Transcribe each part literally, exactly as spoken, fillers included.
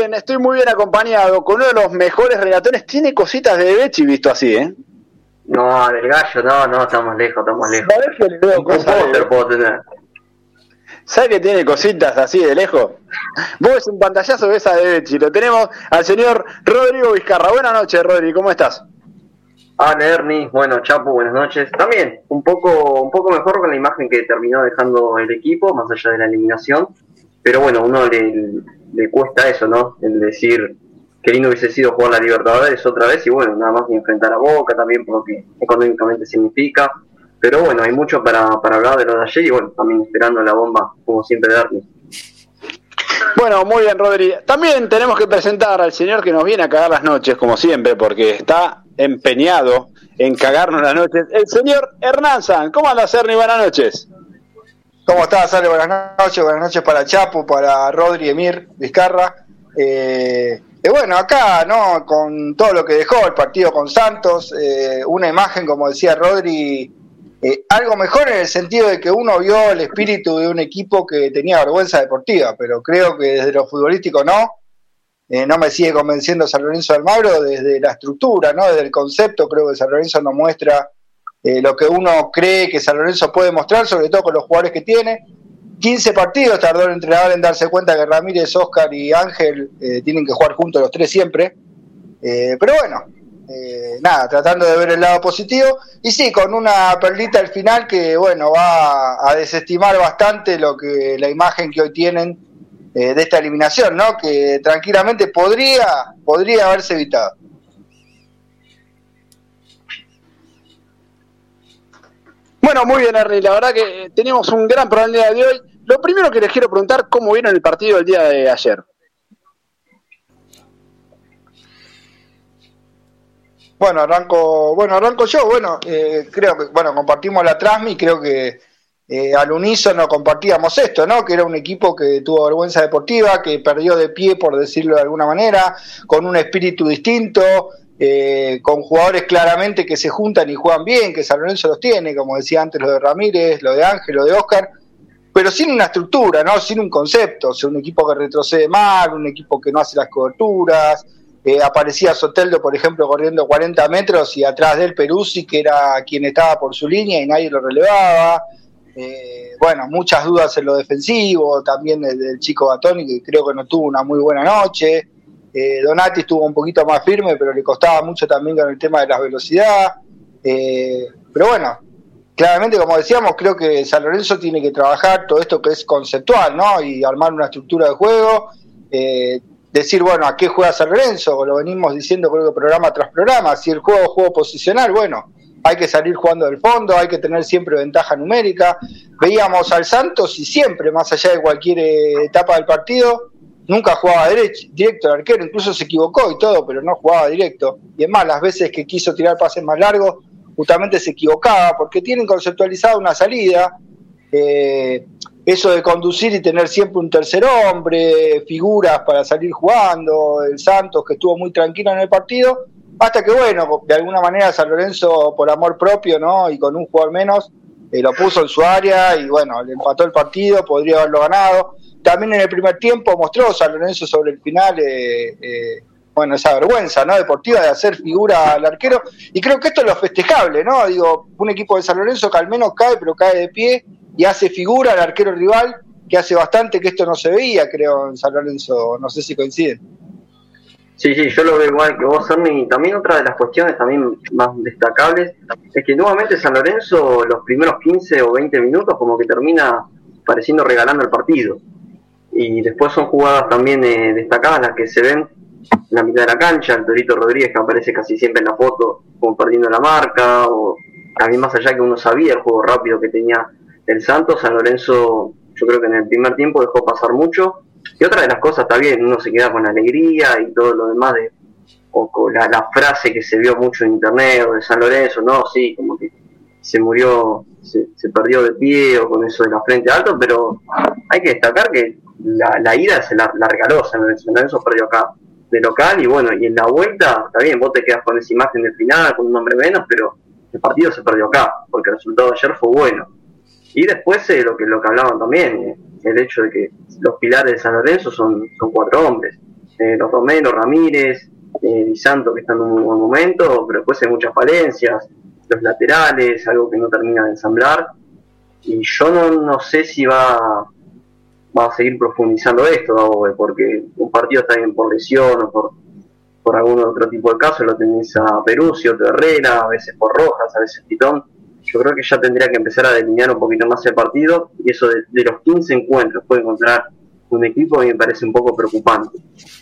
bien, estoy muy bien acompañado con uno de los mejores relatones. Tiene cositas de Becci visto así, ¿eh? No, del gallo, no, no, estamos lejos, estamos lejos. ¿Sabés que le veo Un cosas póster de... puedo tener. ¿Sabes que tiene cositas así de lejos? Vos ves un pantallazo de esa de Becci. Lo tenemos al señor Rodrigo Vizcarra. Buenas noches, Rodri, ¿cómo estás? Hola, Ernie. Bueno, Chapo, buenas noches. También, un poco un poco mejor con la imagen que terminó dejando el equipo, más allá de la eliminación. Pero bueno, uno le, le cuesta eso, ¿no? El decir que lindo hubiese sido jugar la Libertadores otra vez y bueno, nada más que enfrentar a Boca también por lo que económicamente significa. Pero bueno, hay mucho para, para hablar de lo de ayer y bueno, también esperando la bomba, como siempre, de Ernie. Bueno, muy bien, Rodri. También tenemos que presentar al señor que nos viene a cagar las noches, como siempre, porque está empeñado en cagarnos las noches. El señor Hernán San. ¿Cómo andas, Ernie? Buenas noches. ¿Cómo estás, Ale? Buenas noches. Buenas noches para Chapu, para Rodri, Emir, Vizcarra. Eh, eh, bueno, acá, ¿no? Con todo lo que dejó el partido con Santos, eh, una imagen, como decía Rodri, Eh, algo mejor en el sentido de que uno vio el espíritu de un equipo que tenía vergüenza deportiva, pero creo que desde lo futbolístico no, eh, no me sigue convenciendo San Lorenzo de Almagro desde la estructura, no desde el concepto. Creo que San Lorenzo nos muestra eh, lo que uno cree que San Lorenzo puede mostrar, sobre todo con los jugadores que tiene. quince partidos tardó el entrenador en darse cuenta que Ramírez, Oscar y Ángel eh, tienen que jugar juntos los tres siempre, eh, pero bueno, Eh, nada, tratando de ver el lado positivo y sí, con una perlita al final que bueno, va a desestimar bastante lo que la imagen que hoy tienen eh, de esta eliminación, ¿no? Que tranquilamente podría podría haberse evitado. Bueno, muy bien, Ernie, la verdad que tenemos un gran programa el día de hoy. Lo primero que les quiero preguntar, ¿cómo vieron el partido del día de ayer? Bueno, arranco, bueno, arranco yo, bueno, eh, creo que, bueno, compartimos la transmi y creo que eh, al unísono compartíamos esto, ¿no? Que era un equipo que tuvo vergüenza deportiva, que perdió de pie, por decirlo de alguna manera, con un espíritu distinto, eh, con jugadores claramente que se juntan y juegan bien, que San Lorenzo los tiene, como decía antes lo de Ramírez, lo de Ángel, lo de Oscar, pero sin una estructura, ¿no? Sin un concepto, o sea, un equipo que retrocede mal, un equipo que no hace las coberturas. Eh, aparecía Soteldo, por ejemplo, corriendo cuarenta metros y atrás de él Peruzzi, que era quien estaba por su línea y nadie lo relevaba. Eh, bueno, muchas dudas en lo defensivo, también del, del chico Batoni, que creo que no tuvo una muy buena noche. Eh, Donati estuvo un poquito más firme, pero le costaba mucho también con el tema de la velocidad. Eh, pero bueno, claramente, como decíamos, creo que San Lorenzo tiene que trabajar todo esto que es conceptual, ¿no? Y armar una estructura de juego. Eh, decir, bueno, ¿a qué juega San Lorenzo? Lo venimos diciendo creo que programa tras programa. Si el juego es juego posicional, bueno, hay que salir jugando del fondo, hay que tener siempre ventaja numérica. Veíamos al Santos y siempre, más allá de cualquier eh, etapa del partido, nunca jugaba derecho, directo el arquero, incluso se equivocó y todo, pero no jugaba directo. Y es más, las veces que quiso tirar pases más largos, justamente se equivocaba, porque tienen conceptualizada una salida, eh, eso de conducir y tener siempre un tercer hombre, figuras para salir jugando, el Santos que estuvo muy tranquilo en el partido, hasta que bueno, de alguna manera San Lorenzo por amor propio, ¿no? Y con un jugador menos, eh, lo puso en su área y bueno, le empató el partido, podría haberlo ganado. También en el primer tiempo mostró San Lorenzo sobre el final, eh, eh, bueno, esa vergüenza, ¿no? Deportiva de hacer figura al arquero, y creo que esto es lo festejable, ¿no? Digo, un equipo de San Lorenzo que al menos cae, pero cae de pie y hace figura al arquero rival, que hace bastante que esto no se veía, creo, en San Lorenzo. No sé si coinciden. Sí, sí, yo lo veo igual que vos, Ernie. También otra de las cuestiones también más destacables es que nuevamente San Lorenzo los primeros quince o veinte minutos como que termina pareciendo regalando el partido. Y después son jugadas también eh, destacadas las que se ven en la mitad de la cancha, el Torito Rodríguez que aparece casi siempre en la foto como perdiendo la marca, o también más allá que uno sabía el juego rápido que tenía el Santos, San Lorenzo yo creo que en el primer tiempo dejó pasar mucho. Y otra de las cosas, está bien, uno se queda con alegría y todo lo demás, de o con la, la frase que se vio mucho en internet o de San Lorenzo, no, sí, como que se murió, se, se perdió de pie o con eso de la frente alto, pero hay que destacar que la, la ida se la, la regaló San Lorenzo. San Lorenzo perdió acá de local y bueno, y en la vuelta, está bien, vos te quedas con esa imagen del final, con un hombre menos, pero el partido se perdió acá, porque el resultado de ayer fue bueno. Y después eh, lo que lo que hablaban también, eh, el hecho de que los pilares de San Lorenzo son, son cuatro hombres. eh, los Romero, Ramírez, eh, Di Santo, que están en un muy buen momento, pero después hay muchas falencias, los laterales, algo que no termina de ensamblar, y yo no, no sé si va, va a seguir profundizando esto, ¿no? Porque un partido está bien por lesión o por, por algún otro tipo de caso, lo tenés a Peruzzi, otro Herrera, a veces por Rojas, a veces Titón. Yo creo que ya tendría que empezar a delinear un poquito más el partido, y eso de, de los quince encuentros puede encontrar un equipo que me parece un poco preocupante.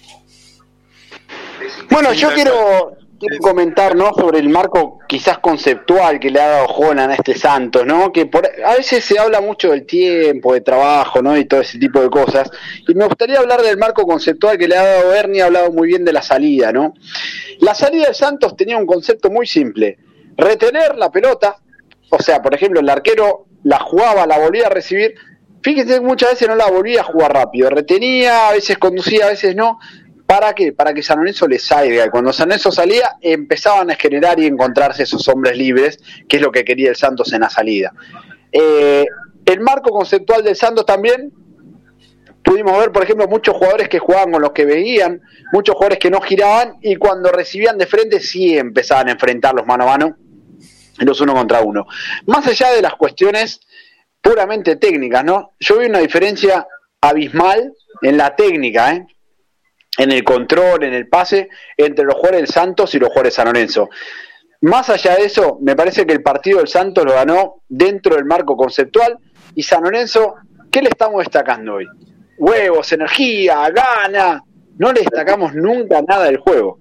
Bueno, yo quiero, quiero comentar, ¿no?, sobre el marco quizás conceptual que le ha dado Holland a este Santos, ¿no? Que por, a veces se habla mucho del tiempo, de trabajo, ¿no?, y todo ese tipo de cosas, y me gustaría hablar del marco conceptual que le ha dado Berni. Ha hablado muy bien de la salida, ¿no? La salida de Santos tenía un concepto muy simple: retener la pelota. O sea, por ejemplo, el arquero la jugaba, la volvía a recibir. Fíjense que muchas veces no la volvía a jugar rápido, retenía, a veces conducía, a veces no. ¿Para qué? Para que San Lorenzo le salga. Y cuando San Lorenzo salía, empezaban a generar y encontrarse esos hombres libres, que es lo que quería el Santos en la salida. Eh, el marco conceptual del Santos también, pudimos ver, por ejemplo, muchos jugadores que jugaban con los que veían, muchos jugadores que no giraban, y cuando recibían de frente sí empezaban a enfrentarlos mano a mano, los uno contra uno. Más allá de las cuestiones puramente técnicas, ¿no? Yo vi una diferencia abismal en la técnica, ¿eh?, en el control, en el pase, entre los jugadores del Santos y los jugadores de San Lorenzo. Más allá de eso, me parece que el partido del Santos lo ganó dentro del marco conceptual, y San Lorenzo, ¿qué le estamos destacando hoy? Huevos, energía, gana. No le destacamos nunca nada del juego.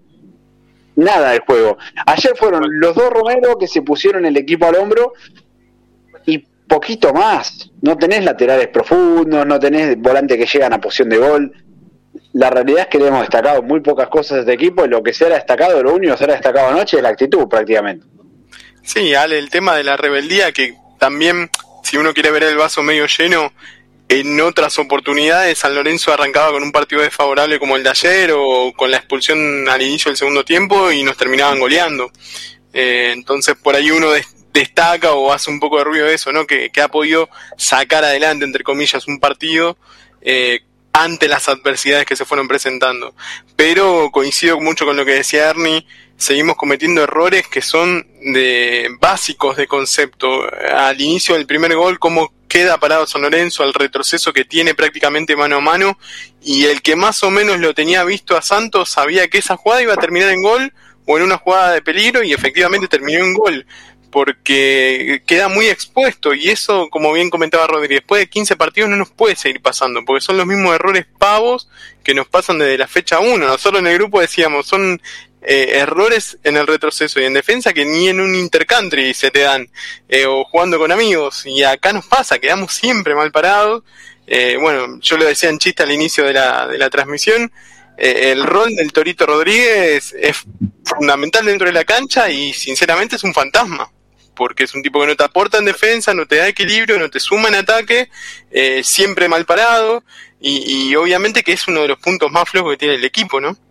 Nada del juego. Ayer fueron los dos Romero que se pusieron el equipo al hombro y poquito más. No tenés laterales profundos, no tenés volantes que llegan a posición de gol. La realidad es que le hemos destacado muy pocas cosas a este equipo, y lo que se ha destacado, lo único que se ha destacado anoche es la actitud prácticamente. Sí, Ale, el tema de la rebeldía, que también, si uno quiere ver el vaso medio lleno, en otras oportunidades San Lorenzo arrancaba con un partido desfavorable como el de ayer, o con la expulsión al inicio del segundo tiempo, y nos terminaban goleando. Eh, entonces por ahí uno des- destaca o hace un poco de ruido de eso, ¿no? Que, que ha podido sacar adelante, entre comillas, un partido eh, ante las adversidades que se fueron presentando. Pero coincido mucho con lo que decía Ernie, seguimos cometiendo errores que son de básicos de concepto. Al inicio del primer gol, cómo queda parado San Lorenzo, al retroceso que tiene prácticamente mano a mano, y el que más o menos lo tenía visto a Santos sabía que esa jugada iba a terminar en gol o en una jugada de peligro, y efectivamente terminó en gol, porque queda muy expuesto, y eso, como bien comentaba Rodríguez, después de quince partidos no nos puede seguir pasando, porque son los mismos errores pavos que nos pasan desde la fecha uno. Nosotros en el grupo decíamos, son eh, errores en el retroceso y en defensa que ni en un intercountry se te dan, eh, o jugando con amigos, y acá nos pasa, quedamos siempre mal parados. Eh, bueno, yo lo decía en chiste al inicio de la, de la transmisión, eh, el rol del Torito Rodríguez es fundamental dentro de la cancha, y sinceramente es un fantasma, porque es un tipo que no te aporta en defensa, no te da equilibrio, no te suma en ataque, eh, siempre mal parado, y, y obviamente que es uno de los puntos más flojos que tiene el equipo, ¿no?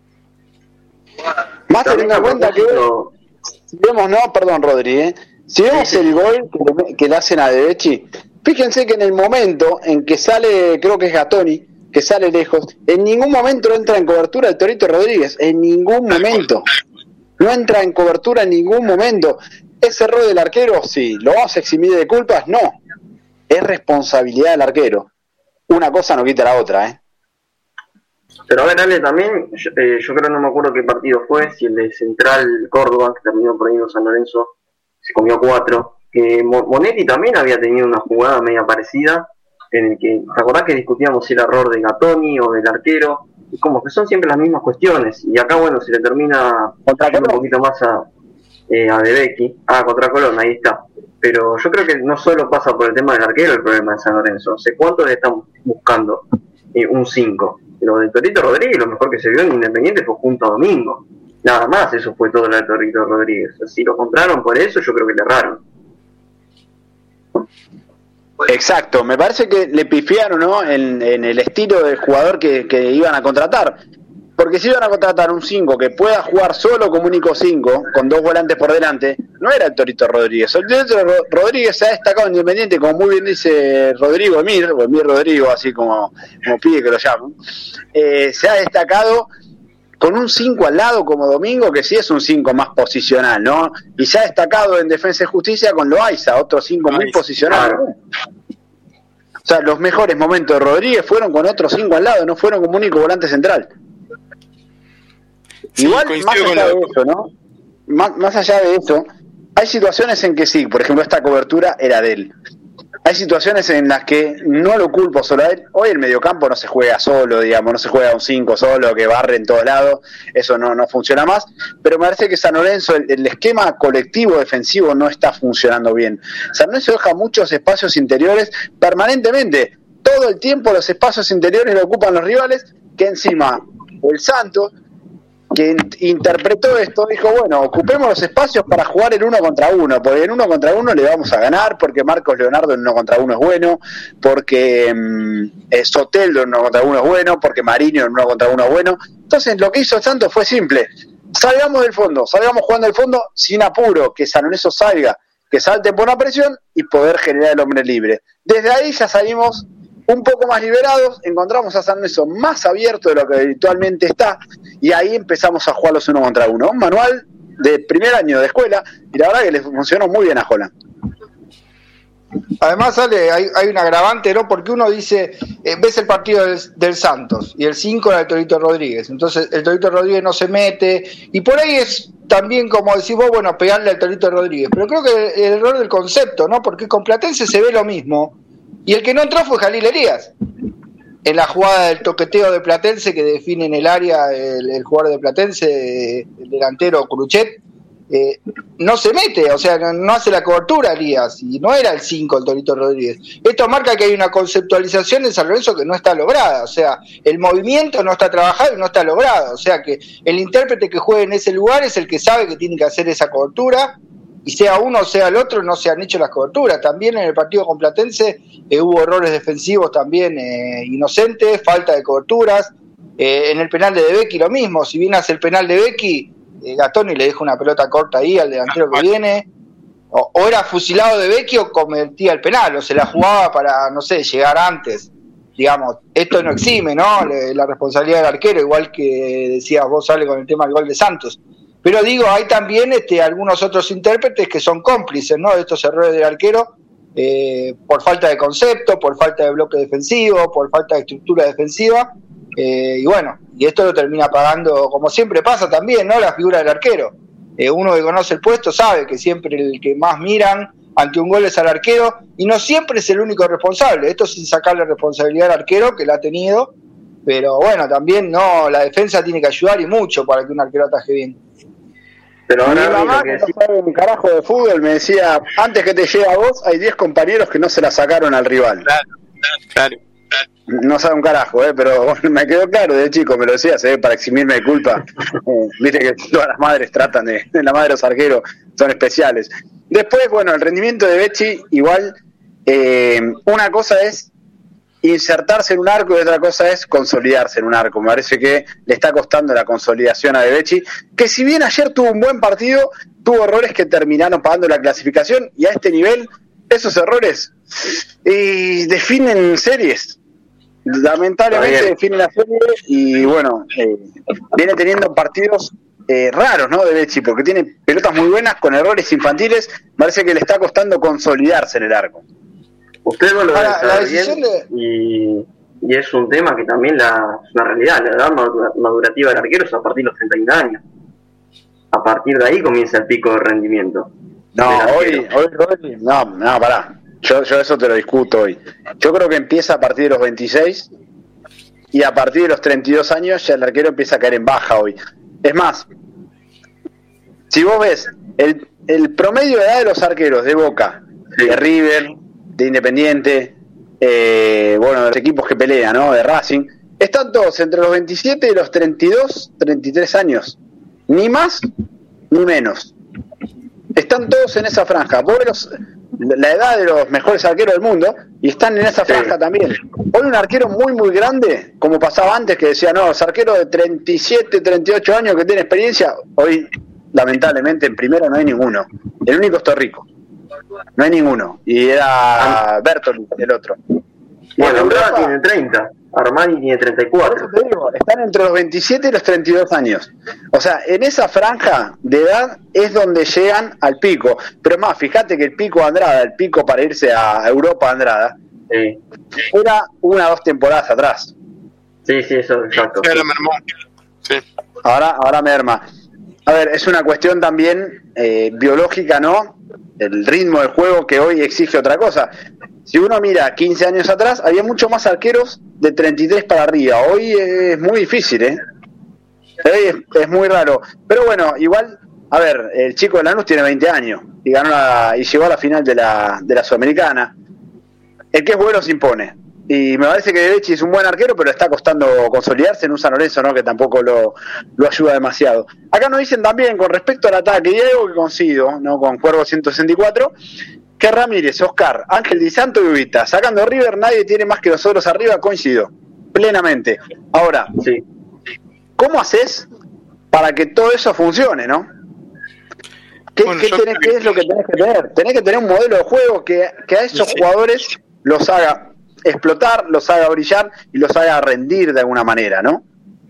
Más teniendo en cuenta que si vemos, no, perdón Rodri, ¿eh? si vemos el gol que le, que le hacen a De Becci, fíjense que en el momento en que sale, creo que es Gatoni, que sale lejos, en ningún momento entra en cobertura el Torito Rodríguez, en ningún momento, no entra en cobertura en ningún momento. ¿Es error del arquero? Sí. ¿Lo vamos a eximir de culpas? No. Es responsabilidad del arquero. Una cosa no quita la otra, ¿eh? Pero a ver, Ale, también, yo, eh, yo creo, no me acuerdo qué partido fue, si el de Central Córdoba, que terminó por ahí en San Lorenzo, se comió cuatro. Que Monetti también había tenido una jugada media parecida, en el que, ¿te acordás que discutíamos si el error de Gatoni o del arquero? Y como que son siempre las mismas cuestiones, y acá, bueno, se le termina un poquito más a... Eh, a De Becci, ah, contra Colón, ahí está. Pero yo creo que no solo pasa por el tema del arquero el problema de San Lorenzo. No sé cuánto le estamos buscando eh, un cinco. Lo de Torito Rodríguez, lo mejor que se vio en Independiente fue junto a Domingo. Nada más, eso fue todo lo de Torito Rodríguez. Si lo compraron por eso, yo creo que le erraron. Exacto, me parece que le pifiaron, ¿no?, en, en el estilo del jugador que, que iban a contratar. Porque si iban a contratar un cinco que pueda jugar solo como único cinco, con dos volantes por delante, no era el Torito Rodríguez. El Torito Rodríguez se ha destacado en Independiente, como muy bien dice Rodrigo Emir, o Emir Rodrigo, así como, como pide que lo llamen, eh, se ha destacado con un cinco al lado como Domingo, que sí es un cinco más posicional, ¿no? Y se ha destacado en Defensa y Justicia con Loaiza, otro cinco muy posicional. Claro. O sea, los mejores momentos de Rodríguez fueron con otro cinco al lado, no fueron como único volante central. Sí, igual, más allá de eso, ¿no? Más, más allá de eso, hay situaciones en que sí, por ejemplo, esta cobertura era de él. Hay situaciones en las que no lo culpo solo a él. Hoy el mediocampo no se juega solo, digamos, no se juega un cinco solo que barre en todos lados, eso no, no funciona más, pero me parece que San Lorenzo, el, el esquema colectivo defensivo no está funcionando bien. San Lorenzo deja muchos espacios interiores permanentemente, todo el tiempo los espacios interiores lo ocupan los rivales, que encima el Santos, que interpretó esto, dijo, bueno, ocupemos los espacios para jugar el uno contra uno, porque en uno contra uno le vamos a ganar, porque Marcos Leonardo en uno contra uno es bueno, porque eh, Soteldo en uno contra uno es bueno, porque Mariño en uno contra uno es bueno. Entonces lo que hizo el Santos fue simple, salgamos del fondo, salgamos jugando del fondo sin apuro, que San Lorenzo salga, que salte por una presión y poder generar el hombre libre. Desde ahí ya salimos un poco más liberados, encontramos a San Lorenzo más abierto de lo que habitualmente está, y ahí empezamos a jugar los uno contra uno. Un manual de primer año de escuela, y la verdad que le funcionó muy bien a Holland. Además, sale, hay, hay un agravante, ¿no? Porque uno dice, eh, ves el partido del, del Santos, y el cinco era el Torito Rodríguez, entonces el Torito Rodríguez no se mete, y por ahí es también, como decís vos, bueno, pegarle al Torito Rodríguez, pero creo que el, el error del concepto, ¿no? Porque con Platense se ve lo mismo, y el que no entró fue Jalil Elías. En la jugada del toqueteo de Platense que define en el área el, el jugador de Platense, el delantero Cruchet, eh, no se mete, o sea, no, no hace la cobertura Elías, y no era el cinco el Torito Rodríguez. Esto marca que hay una conceptualización en San Lorenzo que no está lograda, o sea, el movimiento no está trabajado y no está logrado, o sea que el intérprete que juegue en ese lugar es el que sabe que tiene que hacer esa cobertura, y sea uno o sea el otro, no se han hecho las coberturas. También en el partido con Platense eh, hubo errores defensivos también eh, inocentes, falta de coberturas. Eh, en el penal de De Becchi lo mismo, si bien hace el penal de Becchi, eh, Gatoni le deja una pelota corta ahí al delantero que viene, o, o era fusilado De Becchi o convertía el penal, o se la jugaba para, no sé, llegar antes. Digamos, esto no exime, ¿no? La responsabilidad del arquero, igual que decías vos, sale con el tema del gol de Santos. Pero digo, hay también este, algunos otros intérpretes que son cómplices, ¿no?, de estos errores del arquero, eh, por falta de concepto, por falta de bloque defensivo, por falta de estructura defensiva, eh, y bueno, y esto lo termina pagando, como siempre pasa también, ¿no?, la figura del arquero. Eh, uno que conoce el puesto sabe que siempre el que más miran ante un gol es al arquero, y no siempre es el único responsable, esto sin sacarle responsabilidad al arquero, que la ha tenido, pero bueno, también no, la defensa tiene que ayudar y mucho para que un arquero ataje bien. Pero mi mamá, que no sabe un carajo de fútbol, me decía, antes que te llegue a vos, hay diez compañeros que no se la sacaron al rival. Claro, claro. No sabe un carajo, ¿eh? Pero bueno, me quedó claro de chico, me lo decía, se ve para eximirme de culpa. Eh, Viste que todas las madres tratan de, de la madre de los arqueros, son especiales. Después, bueno, el rendimiento de Becchi, igual, eh, una cosa es insertarse en un arco y otra cosa es consolidarse en un arco. Me parece que le está costando la consolidación a De Becchi, que si bien ayer tuvo un buen partido, tuvo errores que terminaron pagando la clasificación, y a este nivel esos errores eh, definen series, lamentablemente definen la serie, y bueno, eh, viene teniendo partidos eh, raros, ¿no?, De Becchi, porque tiene pelotas muy buenas con errores infantiles. Me parece que le está costando consolidarse en el arco. Usted no lo debe Ahora, la saber decisión bien, de... y, y es un tema que también la, es una realidad. La edad madurativa del arquero es a partir de los treinta y uno años. A partir de ahí comienza el pico de rendimiento. No, hoy, hoy, hoy, no, no, pará. Yo, yo eso te lo discuto hoy. Yo creo que empieza a partir de los veintiséis, y a partir de los treinta y dos años ya el arquero empieza a caer en baja hoy. Es más, si vos ves el, el promedio de edad de los arqueros de Boca, sí, de River, de Independiente, eh, bueno, de los equipos que pelean, ¿no?, de Racing, están todos entre los veintisiete y los treinta y dos, treinta y tres años, ni más ni menos. Están todos en esa franja. Vos ves los, la edad de los mejores arqueros del mundo y están en esa franja, sí, también. Hoy un arquero muy muy grande, como pasaba antes, que decía, no, los arqueros de treinta y siete, treinta y ocho años que tienen experiencia, hoy lamentablemente en primera no hay ninguno. El único es Torrico. No hay ninguno. Y era Bertoli el otro. Bueno, Andrada tiene treinta, Armani tiene treinta y cuatro. Por eso te digo, están entre los veintisiete y los treinta y dos años. O sea, en esa franja de edad es donde llegan al pico. Pero más, fíjate que el pico Andrada, el pico para irse a Europa Andrada, sí, era una o dos temporadas atrás. Sí, sí, eso, exacto. Ahora mermó. Sí. Ahora, ahora merma. A ver, es una cuestión también eh, biológica, ¿no? El ritmo del juego que hoy exige otra cosa. Si uno mira quince años atrás, había mucho más arqueros de treinta y tres para arriba. Hoy es muy difícil, ¿eh? Hoy es, es muy raro. Pero bueno, igual, a ver, el chico de Lanús tiene veinte años y ganó la, y llegó a la final de la, de la Sudamericana. El que es bueno se impone. Y me parece que De Becchi es un buen arquero, pero está costando consolidarse en un San Lorenzo, ¿no? Que tampoco lo, lo ayuda demasiado. Acá nos dicen también con respecto al ataque, y hay algo que coincido, ¿no? Con Cuervo ciento sesenta y cuatro, que Ramírez, Oscar, Ángel Di Santo y Ubita, sacando River, nadie tiene más que los otros arriba, coincido, plenamente. Ahora, sí, ¿cómo haces para que todo eso funcione, no? ¿Qué, bueno, ¿qué, tenés, ¿qué es lo que tenés que tener? Tenés que tener un modelo de juego que, que a esos sí. jugadores los haga explotar, los haga brillar y los haga rendir de alguna manera, ¿no?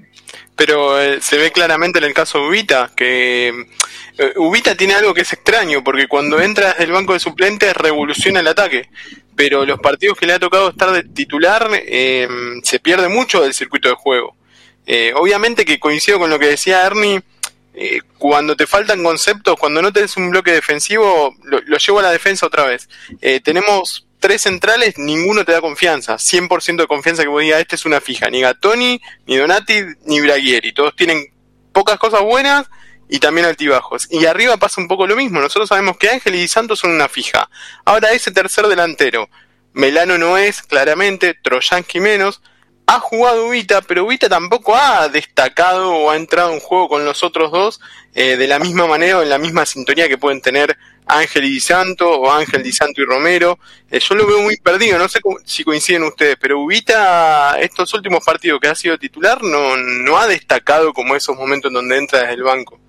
Pero eh, se ve claramente en el caso de Ubita, que eh, Ubita tiene algo que es extraño, porque cuando entra desde el banco de suplentes revoluciona el ataque, pero los partidos que le ha tocado estar de titular eh, se pierde mucho del circuito de juego. Eh, obviamente que coincido con lo que decía Ernie, eh, cuando te faltan conceptos, cuando no tenés un bloque defensivo, lo, lo llevo a la defensa otra vez. Eh, tenemos tres centrales, ninguno te da confianza, cien por ciento de confianza que vos digas, este es una fija, ni Gattoni, ni Donati, ni Braghieri, todos tienen pocas cosas buenas y también altibajos, y arriba pasa un poco lo mismo, nosotros sabemos que Ángel y Di Santo son una fija, ahora ese tercer delantero, Melano no es, claramente, Trojansky menos, ha jugado Ubita, pero Ubita tampoco ha destacado o ha entrado en juego con los otros dos eh, de la misma manera o en la misma sintonía que pueden tener Ángel y Di Santo o Ángel, Di Santo y Romero. Eh, yo lo veo muy perdido, no sé cómo, si coinciden ustedes, pero Ubita estos últimos partidos que ha sido titular no, no ha destacado como esos momentos en donde entra desde el banco.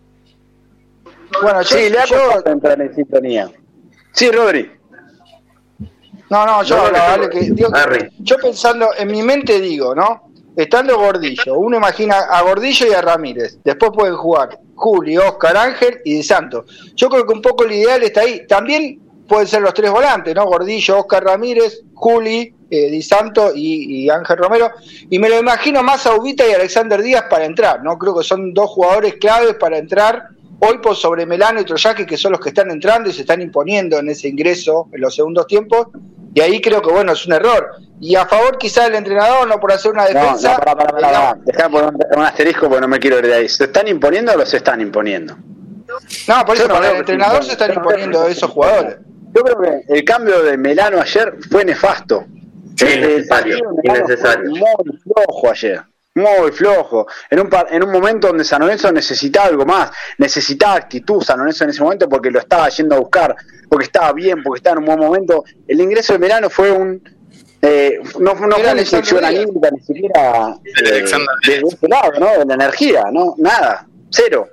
Bueno, yo, sí, le ha costado entrar en sintonía. Sí, Rodri. No, no, yo, no, vale, que, digo, que, yo pensando, en mi mente digo, ¿no? Estando Gordillo, uno imagina a Gordillo y a Ramírez, después pueden jugar Juli, Oscar, Ángel y Di Santo. Yo creo que un poco el ideal está ahí. También pueden ser los tres volantes, ¿no? Gordillo, Oscar Ramírez, Juli, eh, Di Santo y, y Ángel Romero. Y me lo imagino más a Ubita y Alexander Díaz para entrar, ¿no? Creo que son dos jugadores claves para entrar hoy por sobre Melano y Trojansky, que son los que están entrando y se están imponiendo en ese ingreso en los segundos tiempos. Y ahí creo que, bueno, es un error. Y a favor quizás del entrenador, no por hacer una defensa. No, no, para, para, para, para. Dejá poner un, un asterisco porque no me quiero ir de ahí. ¿Se están imponiendo o los están imponiendo? No, por eso no, para el entrenador se están imponiendo esos jugadores. Yo creo que el cambio de Melano ayer fue nefasto. Sí, el, innecesario. El innecesario. Fue muy flojo ayer. Muy flojo, en un, en un momento donde San Lorenzo necesitaba algo más, necesitaba actitud San Lorenzo en ese momento porque lo estaba yendo a buscar, porque estaba bien, porque estaba en un buen momento. El ingreso de Melano fue un eh, no, no fue una inyección anímica ni siquiera eh, de ese lado, ¿no? De la energía, no, nada, cero.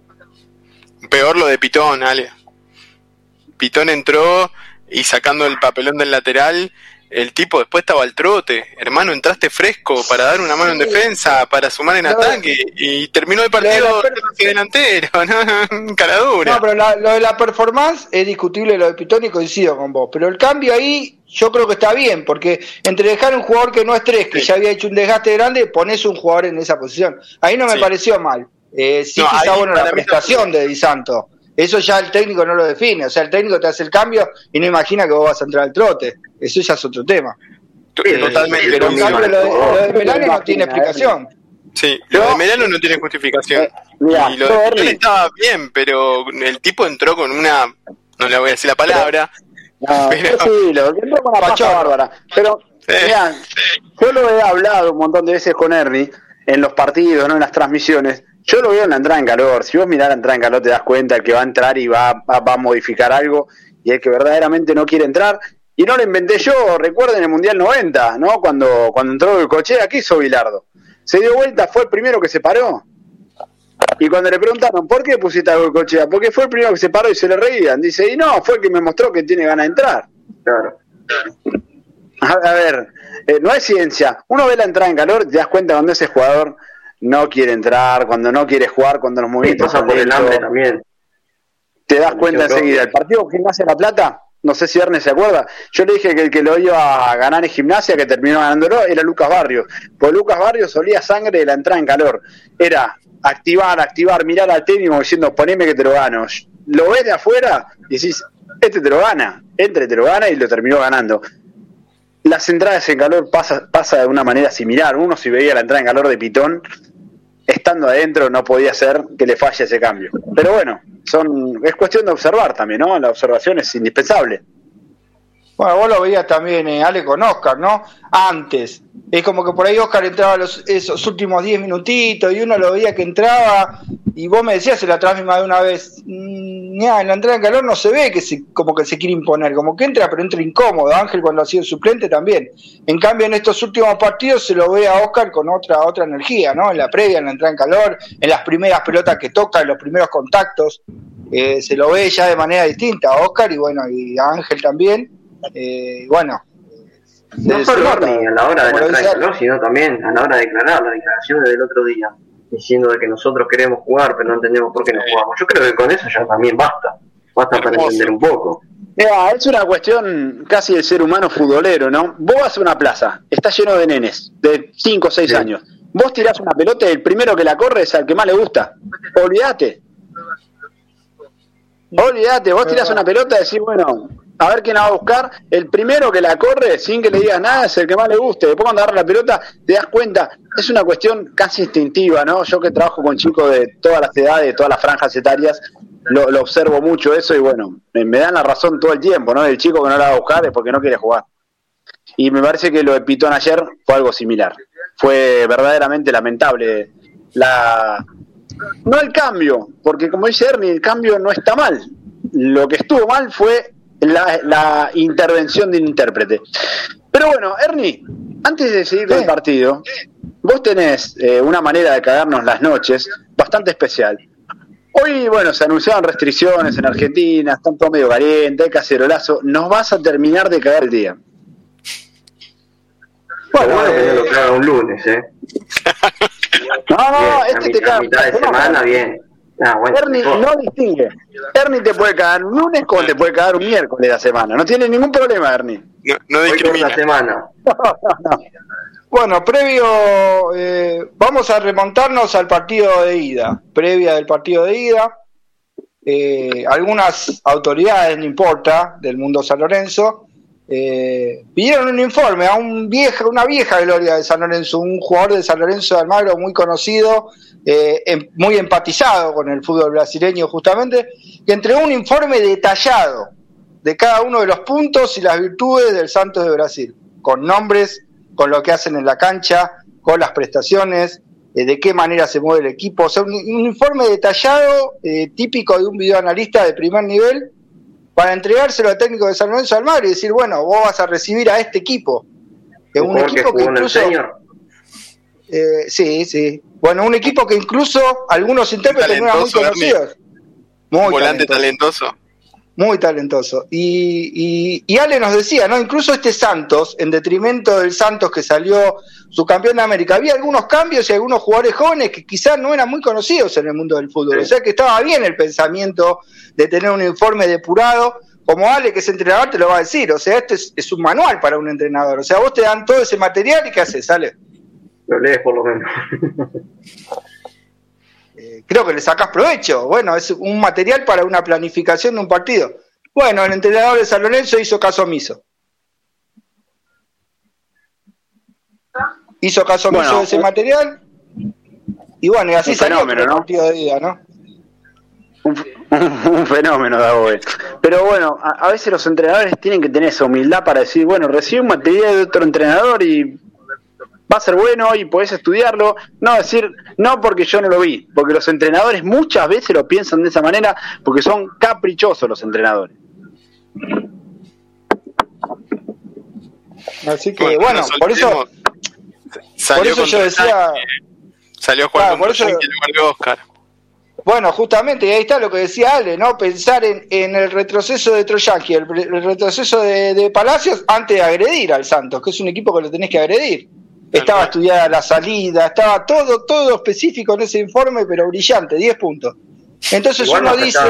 Peor lo de Pitón, Ale. Pitón entró y sacando el papelón del lateral, el tipo después estaba al trote. Hermano, entraste fresco para dar una mano en defensa, para sumar en no, ataque, y terminó el partido de per- delantero, ¿no? Caradura. No, pero la, lo de la performance es discutible, lo de Pitón, y coincido con vos. Pero el cambio ahí yo creo que está bien, porque entre dejar un jugador que no es tres, que sí. ya había hecho un desgaste grande, ponés un jugador en esa posición. Ahí no me sí. pareció mal. Eh, sí, no, quizá ahí, bueno la prestación de Di Santo. Eso ya el técnico no lo define, o sea, el técnico te hace el cambio y no imagina que vos vas a entrar al trote. Eso ya es otro tema. Sí, totalmente. Pero en cambio lo de, lo de Melano no tiene explicación. Sí, lo de Melano no tiene justificación. Eh, mira, y lo de Melano estaba bien, pero el tipo entró con una, no le voy a decir la palabra. No, pero, sí, lo entró con una pacha bárbara. Pero, sí, mirá, sí. yo lo he hablado un montón de veces con Ernie en los partidos, no en las transmisiones. Yo lo veo en la entrada en calor. Si vos mirás la entrada en calor te das cuenta que va a entrar y va, va, va a modificar algo, y el que verdaderamente no quiere entrar. Y no lo inventé yo, recuerden el Mundial noventa, ¿no? Cuando, cuando entró el Cochea, ¿qué hizo Bilardo? Se dio vuelta, fue el primero que se paró. Y cuando le preguntaron, ¿por qué pusiste a Cochea? Porque fue el primero que se paró y se le reían. Dice, y no, fue el que me mostró que tiene ganas de entrar. Claro. A ver, eh, no es ciencia. Uno ve la entrada en calor y te das cuenta cuando ese jugador no quiere entrar, cuando no quiere jugar, cuando los movimientos pasa por el hambre también. Te das cuenta enseguida. El partido Gimnasia La Plata, no sé si Ernest se acuerda, yo le dije que el que lo iba a ganar en Gimnasia, que terminó ganándolo, era Lucas Barrios. Porque Lucas Barrios solía sangre de la entrada en calor. Era activar, activar, mirar al técnico diciendo, poneme que te lo gano. Lo ves de afuera y decís, este te lo gana, entre te lo gana y lo terminó ganando. Las entradas en calor pasa, pasa de una manera similar. Uno si veía la entrada en calor de Pitón, estando adentro no podía ser que le falle ese cambio. Pero bueno, son es cuestión de observar también, ¿no? La observación es indispensable. Bueno, vos lo veías también, eh, Ale, con Oscar, ¿no? Antes. Es como que por ahí Oscar entraba los, esos últimos diez minutitos y uno lo veía que entraba y vos me decías en la transmisión más de una vez, mmm, ya, en la entrada en calor no se ve que se, como que se quiere imponer, como que entra, pero entra incómodo. Ángel cuando ha sido suplente también. En cambio, en estos últimos partidos se lo ve a Oscar con otra otra energía, ¿no? En la previa, en la entrada en calor, en las primeras pelotas que toca, en los primeros contactos, eh, se lo ve ya de manera distinta a Oscar y bueno, y a Ángel también. Eh, bueno, no solo a la hora de la entrada en calor, sino también a la hora de declarar, las declaraciones del otro día, diciendo de que nosotros queremos jugar, pero no entendemos por qué no jugamos. Yo creo que con eso ya también basta, basta para entender un poco. Mira, es una cuestión casi del ser humano futbolero, ¿no? Vos vas a una plaza, está lleno de nenes de cinco o seis sí. años. Vos tirás una pelota y el primero que la corre es al que más le gusta. Olvídate. Olvídate, vos tirás una pelota y decís, bueno, a ver quién la va a buscar. El primero que la corre, sin que le digas nada, es el que más le guste. Después cuando agarra la pelota, te das cuenta. Es una cuestión casi instintiva, ¿no? Yo que trabajo con chicos de todas las edades, de todas las franjas etarias, lo, lo observo mucho eso y bueno, me, me dan la razón todo el tiempo, ¿no? El chico que no la va a buscar es porque no quiere jugar. Y me parece que lo de Pitón ayer fue algo similar. Fue verdaderamente lamentable la... No el cambio, porque como dice Ernie, el cambio no está mal. Lo que estuvo mal fue la, la intervención de un intérprete. Pero bueno, Ernie, antes de seguir con el partido, vos tenés eh, una manera de cagarnos las noches bastante especial. Hoy, bueno, se anunciaron restricciones en Argentina, están todo medio caliente, hay cacerolazo. Nos vas a terminar de cagar el día. Bueno, bueno, eh, que lo caga un lunes, ¿eh? No, no, bien, este te caga. mitad de semana, bien. Ah, bueno, Ernie no distingue. Ernie te puede cagar un lunes como te puede cagar un miércoles de la semana. No tiene ningún problema, Ernie. No, no discrimina. La semana. No, no. Bueno, previo, eh, vamos a remontarnos al partido de ida. Previa del partido de ida. Eh, algunas autoridades, no importa, del mundo San Lorenzo, Eh, pidieron un informe a un vieja, una vieja gloria de San Lorenzo, un jugador de San Lorenzo de Almagro muy conocido, eh, em, muy empatizado con el fútbol brasileño justamente, que entregó un informe detallado de cada uno de los puntos y las virtudes del Santos de Brasil, con nombres, con lo que hacen en la cancha, con las prestaciones, eh, de qué manera se mueve el equipo, o sea, un, un informe detallado, eh, típico de un videoanalista de primer nivel, para entregárselo al técnico de San Lorenzo de Almagro y decir, bueno, vos vas a recibir a este equipo. Que un equipo que, que incluso... Eh, sí, sí. Bueno, un equipo que incluso algunos intérpretes no eran muy conocidos. Muy volante talentoso. talentoso. Muy talentoso. Y, y, y Ale nos decía, ¿no? Incluso este Santos, en detrimento del Santos que salió su campeón de América, había algunos cambios y algunos jugadores jóvenes que quizás no eran muy conocidos en el mundo del fútbol. Sí. O sea que estaba bien el pensamiento de tener un informe depurado, como Ale, que es entrenador, te lo va a decir. O sea, este es, es un manual para un entrenador. O sea, vos te dan todo ese material y ¿qué haces, Ale? Lo lees por lo menos. eh, creo que le sacás provecho. Bueno, es un material para una planificación de un partido. Bueno, el entrenador de San Lorenzo hizo caso omiso. Hizo caso omiso bueno, de ese un, material. Y bueno, y así salió el ¿no? partido de día, ¿no? Un, un, un fenómeno, Dagoe. Pero bueno, a, a veces los entrenadores tienen que tener esa humildad para decir, bueno, recibe un material de otro entrenador y va a ser bueno y podés estudiarlo. No decir, no porque yo no lo vi, porque los entrenadores muchas veces lo piensan de esa manera porque son caprichosos los entrenadores. Así que bueno, bueno por eso por eso yo decía, salió a jugar claro, con por eso, en lugar de Oscar. Bueno, justamente, y ahí está lo que decía Ale, ¿no? Pensar en, en el retroceso de Troyanqui, el, el retroceso de, de Palacios antes de agredir al Santos, que es un equipo que lo tenés que agredir. Estaba estudiada la salida, estaba todo, todo específico en ese informe, pero brillante, diez puntos. Entonces igual uno dice...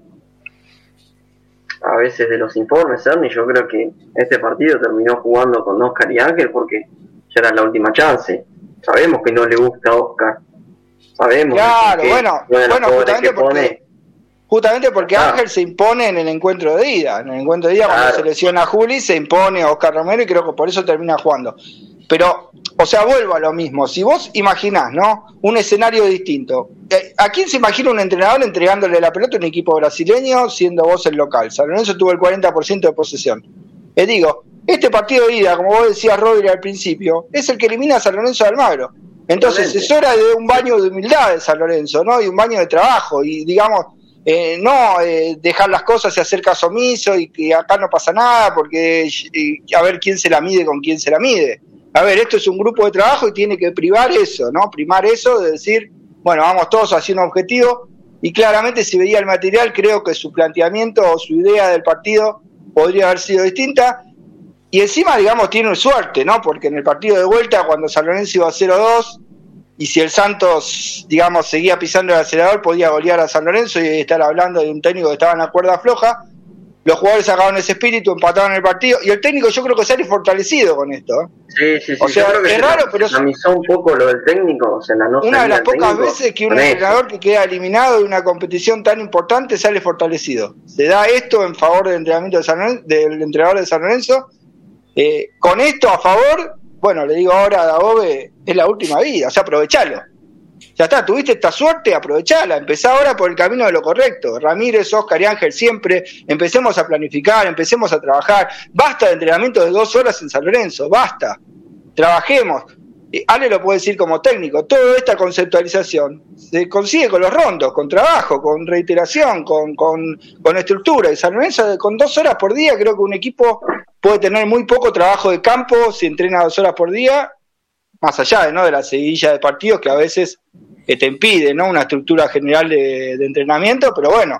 A veces de los informes, Ernie, yo creo que este partido terminó jugando con Oscar y Ángel porque ya era la última chance. Sabemos que no le gusta a Oscar. Sabemos. Claro, que, bueno, bueno, bueno justamente porque, pone... justamente porque ah. Ángel se impone en el encuentro de ida. En el encuentro de ida, claro. Cuando se lesiona a Juli, se impone a Oscar Romero y creo que por eso termina jugando. Pero, o sea, vuelvo a lo mismo. Si vos imaginás, ¿no? Un escenario distinto. ¿A quién se imagina un entrenador entregándole la pelota a un equipo brasileño siendo vos el local? San Lorenzo tuvo el cuarenta por ciento de posesión. Les digo, este partido de ida, como vos decías, Rodri, al principio, es el que elimina a San Lorenzo de Almagro. Entonces es hora de un baño de humildad de San Lorenzo, ¿no? Y un baño de trabajo. Y, digamos, eh, no eh, dejar las cosas y hacer caso omiso y que acá no pasa nada porque y, a ver quién se la mide con quién se la mide. A ver, esto es un grupo de trabajo y tiene que privar eso, ¿no? Primar eso de decir, bueno, vamos todos hacia un objetivo, y claramente si veía el material, creo que su planteamiento o su idea del partido podría haber sido distinta, y encima, digamos, tiene suerte, ¿no? Porque en el partido de vuelta, cuando San Lorenzo iba cero dos, y si el Santos, digamos, seguía pisando el acelerador, podía golear a San Lorenzo y estar hablando de un técnico que estaba en la cuerda floja. Los jugadores sacaron ese espíritu, empataron el partido, y el técnico yo creo que sale fortalecido con esto. ¿eh? Sí, sí, sí. O sea, es raro, pero... Se amizó un poco lo del técnico, o sea, la no una de las pocas técnico, veces que un entrenador que queda eliminado de una competición tan importante sale fortalecido. Se da esto en favor del entrenamiento de San Lorenzo, del entrenador de San Lorenzo. Eh, con esto a favor, bueno, le digo ahora a Dabove, es la última vida, o sea, aprovechalo. Ya está, tuviste esta suerte, aprovechala, empezá ahora por el camino de lo correcto. Ramírez, Oscar y Ángel siempre, empecemos a planificar, empecemos a trabajar. Basta de entrenamiento de dos horas en San Lorenzo, basta. Trabajemos. Eh, Ale lo puede decir como técnico, toda esta conceptualización se consigue con los rondos, con trabajo, con reiteración, con, con, con estructura. Y San Lorenzo con dos horas por día creo que un equipo puede tener muy poco trabajo de campo si entrena dos horas por día, más allá de, ¿no? de la seguidilla de partidos que a veces eh, te impide, ¿no? Una estructura general de, de entrenamiento, pero bueno,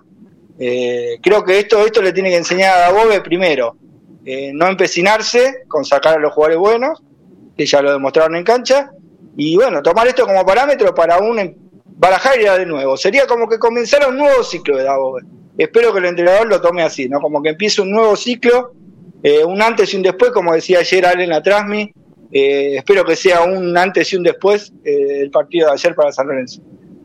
eh, creo que esto esto le tiene que enseñar a Dabove primero, eh, no empecinarse con sacar a los jugadores buenos, que ya lo demostraron en cancha, y bueno, tomar esto como parámetro para un barajar ya de nuevo. Sería como que comenzara un nuevo ciclo de Dabove. Espero que el entrenador lo tome así, ¿no? Como que empiece un nuevo ciclo, eh, un antes y un después, como decía ayer Ale en la Transmi. Eh, espero que sea un antes y un después eh, el partido de ayer para San Lorenzo.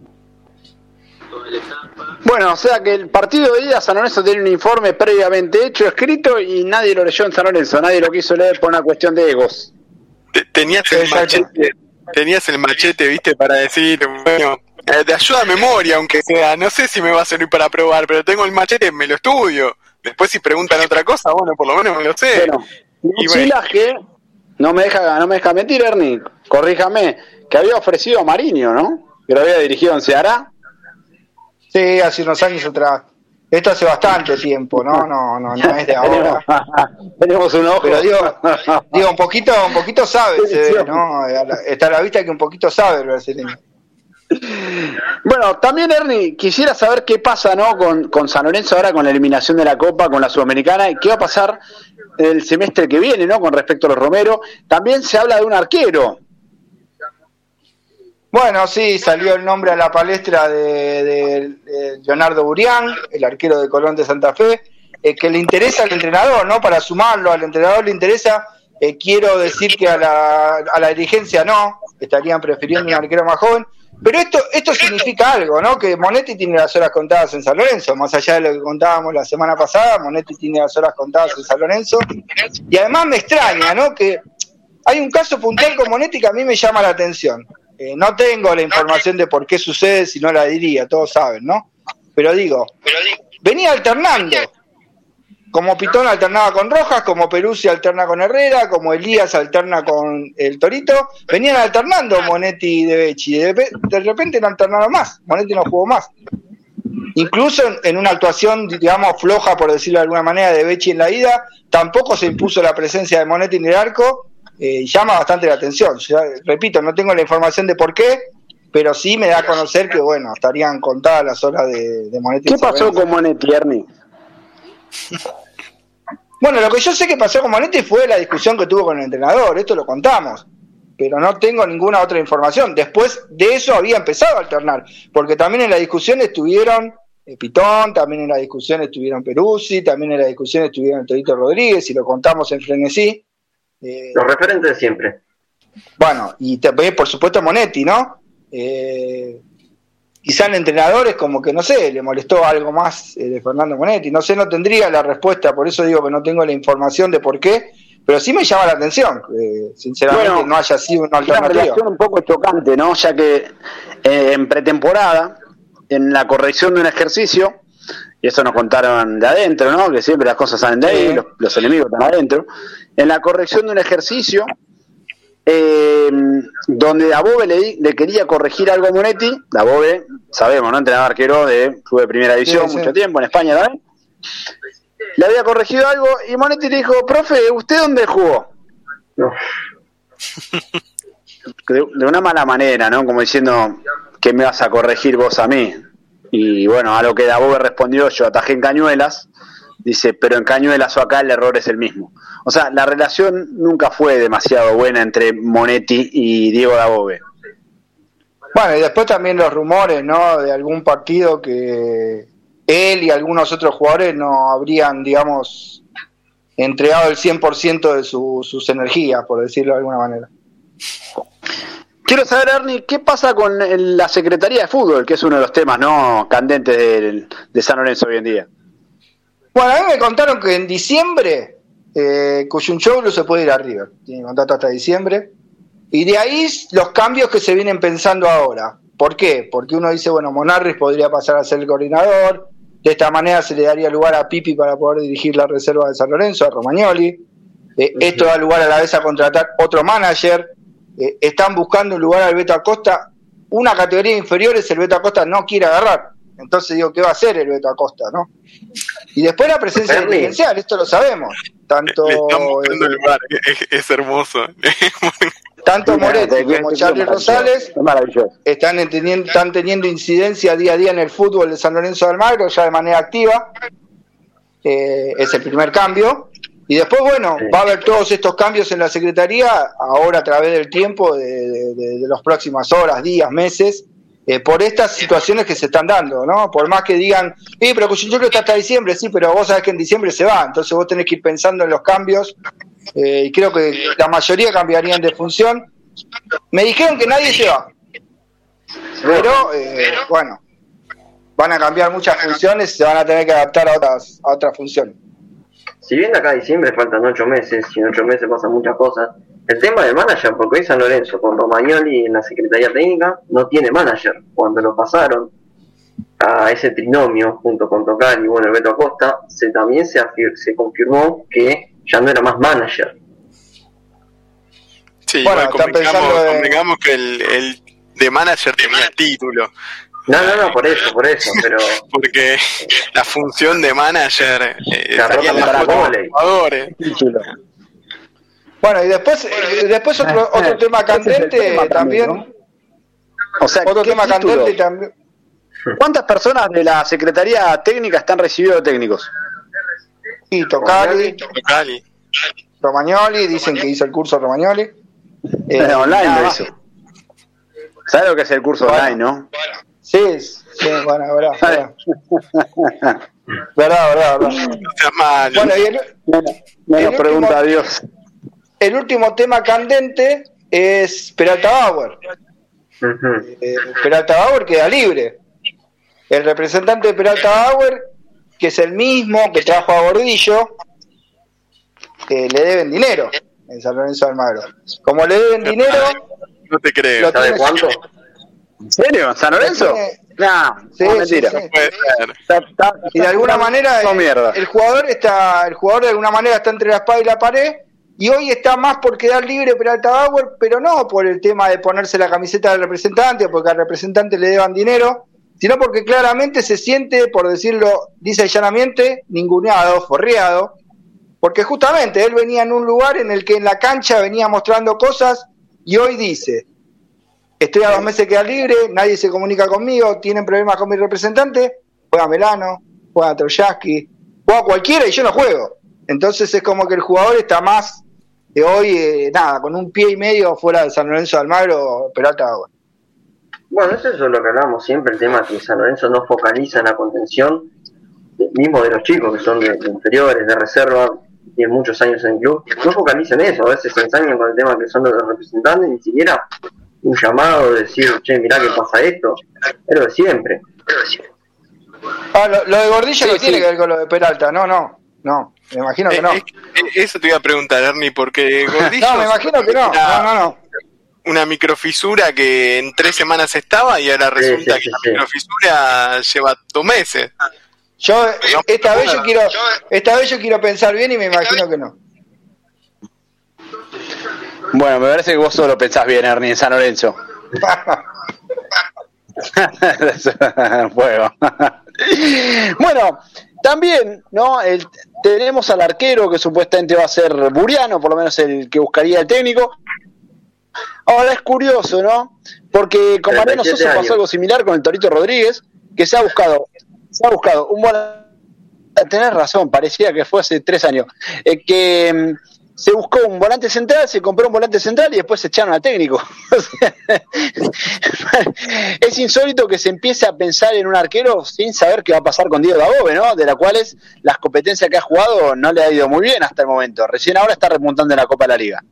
Bueno, o sea que el partido de ida San Lorenzo tiene un informe previamente hecho, escrito, y nadie lo leyó en San Lorenzo, nadie lo quiso leer por una cuestión de egos. Tenías el machete, tenías el machete, viste, para decir, bueno, eh, de ayuda a memoria, aunque sea, no sé si me va a servir para probar, pero tengo el machete, me lo estudio. Después si preguntan otra cosa, bueno, por lo menos me lo sé. Bueno, y bueno. que no me deja, no me deja mentir, Ernie, corríjame, que había ofrecido a Mariño, ¿no? Que lo había dirigido en Ceará. Sí, hace unos años atrás. Esto hace bastante tiempo, ¿no? No, no, no es de ahora. Tenemos un ojo. Pero digo, digo un poquito, un poquito sabe, se ve, ¿no? Está a la vista que un poquito sabe el brasileño. Bueno, también, Ernie, quisiera saber qué pasa, ¿no? Con, con San Lorenzo ahora, con la eliminación de la Copa, con la Sudamericana, y qué va a pasar el semestre que viene, ¿no? Con respecto a los Romero. También se habla de un arquero. Bueno, sí, salió el nombre a la palestra de, de, de Leonardo Burián, el arquero de Colón de Santa Fe, eh, que le interesa al entrenador, ¿no? Para sumarlo, al entrenador le interesa. Eh, quiero decir que a la, a la dirigencia no, estarían prefiriendo un arquero más joven. Pero esto esto significa algo, ¿no? Que Monetti tiene las horas contadas en San Lorenzo, más allá de lo que contábamos la semana pasada, Monetti tiene las horas contadas en San Lorenzo. Y además me extraña, ¿no? Que hay un caso puntual con Monetti que a mí me llama la atención. Eh, no tengo la información de por qué sucede, si no la diría, todos saben, ¿no? Pero digo, venía alternando. Como Pitón alternaba con Rojas, como Peruzzi alterna con Herrera, como Elías alterna con el Torito, venían alternando Monetti y De Becci. De, de repente no alternaron más, Monetti no jugó más. Incluso en, en una actuación, digamos, floja, por decirlo de alguna manera, de Becci en la ida, tampoco se impuso la presencia de Monetti en el arco. Eh, llama bastante la atención. Ya, repito, no tengo la información de por qué, pero sí me da a conocer que, bueno, estarían contadas las horas de, de Monetti. ¿Qué pasó con Monetti, Ernie? Bueno, lo que yo sé que pasó con Monetti fue la discusión que tuvo con el entrenador, esto lo contamos, pero no tengo ninguna otra información. Después de eso había empezado a alternar, porque también en la discusión estuvieron eh, Pitón, también en la discusión estuvieron Peruzzi, también en la discusión estuvieron Torito Rodríguez, y lo contamos en Frenesí. Eh, Los referentes de siempre. Bueno, y también por supuesto Monetti, ¿no? Eh, quizá el entrenador es como que, no sé, le molestó algo más eh, de Fernando Monetti, no sé, no tendría la respuesta, por eso digo que no tengo la información de por qué, pero sí me llama la atención, eh, sinceramente, bueno, no haya sido una alternativa. Una relación un poco chocante, ¿no? Ya que eh, en pretemporada, en la corrección de un ejercicio, y eso nos contaron de adentro, ¿no? Que siempre las cosas salen de ahí, sí. los, los enemigos están adentro. En la corrección de un ejercicio, eh, donde Dabove le, le quería corregir algo a Monetti, Dabove, sabemos, ¿no? Entrenador arquero de club de primera división, sí, mucho sí. tiempo, en España también. Le había corregido algo y Monetti le dijo, profe, ¿usted dónde jugó? No. De, de una mala manera, ¿no? Como diciendo, ¿qué me vas a corregir vos a mí? Y bueno, a lo que Dabove respondió, yo atajé en Cañuelas, dice, pero en Cañuelas o acá el error es el mismo. O sea, la relación nunca fue demasiado buena entre Monetti y Diego Dabove. Bueno, y después también los rumores, ¿no? De algún partido que él y algunos otros jugadores no habrían, digamos, entregado el cien por ciento de su, sus energías, por decirlo de alguna manera. Quiero saber, Ernie, ¿qué pasa con el, la Secretaría de Fútbol, que es uno de los temas no candentes de, de San Lorenzo hoy en día? Bueno, a mí me contaron que en diciembre eh, Cuyunchoglu se puede ir a River, tiene contrato hasta diciembre, y de ahí los cambios que se vienen pensando ahora. ¿Por qué? Porque uno dice, bueno, Monarris podría pasar a ser el coordinador, de esta manera se le daría lugar a Pipi para poder dirigir la reserva de San Lorenzo, a Romagnoli, eh, esto da lugar a la vez a contratar otro manager, eh, están buscando un lugar al Beto Acosta, una categoría inferior es el Beto Acosta no quiere agarrar, entonces digo, ¿qué va a hacer el Beto Acosta, no? Y después la presencia dirigencial, esto lo sabemos, tanto le están buscando el lugar, es, es hermoso. Tanto Moretti como Charly Rosales están teniendo, están teniendo incidencia día a día en el fútbol de San Lorenzo de Almagro, ya de manera activa, eh, es el primer cambio, y después, bueno, va a haber todos estos cambios en la Secretaría, ahora a través del tiempo, de, de, de, de las próximas horas, días, meses, eh, por estas situaciones que se están dando, ¿no? Por más que digan, sí, pero Cuyunchoglu está hasta diciembre, sí, pero vos sabés que en diciembre se va, entonces vos tenés que ir pensando en los cambios. Eh, y creo que la mayoría cambiarían de función. Me dijeron que nadie se va, pero eh, bueno, van a cambiar muchas funciones y se van a tener que adaptar a otras a otras funciones. Si bien de acá a diciembre faltan ocho meses y en ocho meses pasan muchas cosas, el tema del manager, porque hoy San Lorenzo con Romagnoli en la Secretaría Técnica no tiene manager. Cuando lo pasaron a ese trinomio junto con Tocal y bueno, el Beto Acosta, se, también se, afir- se confirmó que ya no era más manager. Sí, bueno, complicamos, en... complicamos que el, el de manager tenía título. No, no, no, por eso, por eso, pero... Porque la función de manager eh, estaría para jugadores. Bueno, y después eh, después otro, otro tema candente tema también, ¿no? O sea, otro tema título? candente también. ¿Cuántas personas de la Secretaría Técnica están recibiendo técnicos? Sí, Tocali, Tocali, Romagnoli, dicen que hizo el curso Romagnoli. Eh, online lo hizo. ¿Sabes lo que es el curso bueno, online, no? Sí, sí, bueno, verdad, verdad. verdad, verdad, verdad. No seas malo. Bueno, y el, me lo pregunta a Dios. El último tema candente es Peralta Bauer. Uh-huh. Eh, Peralta Bauer queda libre. El representante de Peralta Bauer, que es el mismo que trajo a Gordillo, que le deben dinero en San Lorenzo de Almagro. Como le deben dinero... No te creo. ¿Sabes cuánto? ¿En serio? ¿San Lorenzo? No, sí, no, mentira. Sí, sí. No puede ser. Está, está, y de alguna manera el, el jugador está, el jugador de alguna manera está entre la espada y la pared, y hoy está más por quedar libre Peralta Bauer, pero no por el tema de ponerse la camiseta del representante, porque al representante le deban dinero, sino porque claramente se siente, por decirlo, dice llanamente, ninguneado, forreado, porque justamente él venía en un lugar en el que en la cancha venía mostrando cosas, y hoy dice, estoy a dos meses de quedar libre, nadie se comunica conmigo, tienen problemas con mi representante, juega Melano, juega Trojaski, juega cualquiera y yo no juego. Entonces es como que el jugador está más de hoy, eh, nada, con un pie y medio fuera de San Lorenzo de Almagro, Peralta Agua. Bueno, eso es lo que hablamos siempre, el tema que San Lorenzo no focaliza en la contención, mismo de los chicos que son de, de inferiores, de reserva, tienen muchos años en el club, no focalizan eso, a veces se ensañan con el tema que son los representantes, ni siquiera un llamado de decir, che, mirá que pasa esto, es lo de siempre. Ah, lo, lo de Gordillo sí, no tiene sí. que ver con lo de Peralta, no, no, no, me imagino que Eh, no. eh, eso te iba a preguntar, Ernie, porque Gordillo No, me imagino que no, no, no, no. una microfisura que en tres semanas estaba y ahora resulta sí, sí, que la sí. microfisura lleva dos meses. Yo esta vez yo quiero, esta vez yo quiero pensar bien y me imagino que no. Bueno, me parece que vos solo pensás bien, Ernie, en San Lorenzo. Bueno. Bueno, también, ¿no? El, tenemos al arquero que supuestamente va a ser Buriano, por lo menos el que buscaría el técnico. Ahora es curioso, ¿no? Porque con Mariano Sosa pasó años. algo similar con el Torito Rodríguez, que se ha buscado, se ha buscado un buen... Tenés razón, parecía que fue hace tres años. Eh, que mm, se buscó un volante central, se compró un volante central y después se echaron al técnico. O sea, es insólito que se empiece a pensar en un arquero sin saber qué va a pasar con Diego Dabove, ¿no? De la cual es, las competencias que ha jugado no le ha ido muy bien hasta el momento. Recién ahora está remontando en la Copa de la Liga.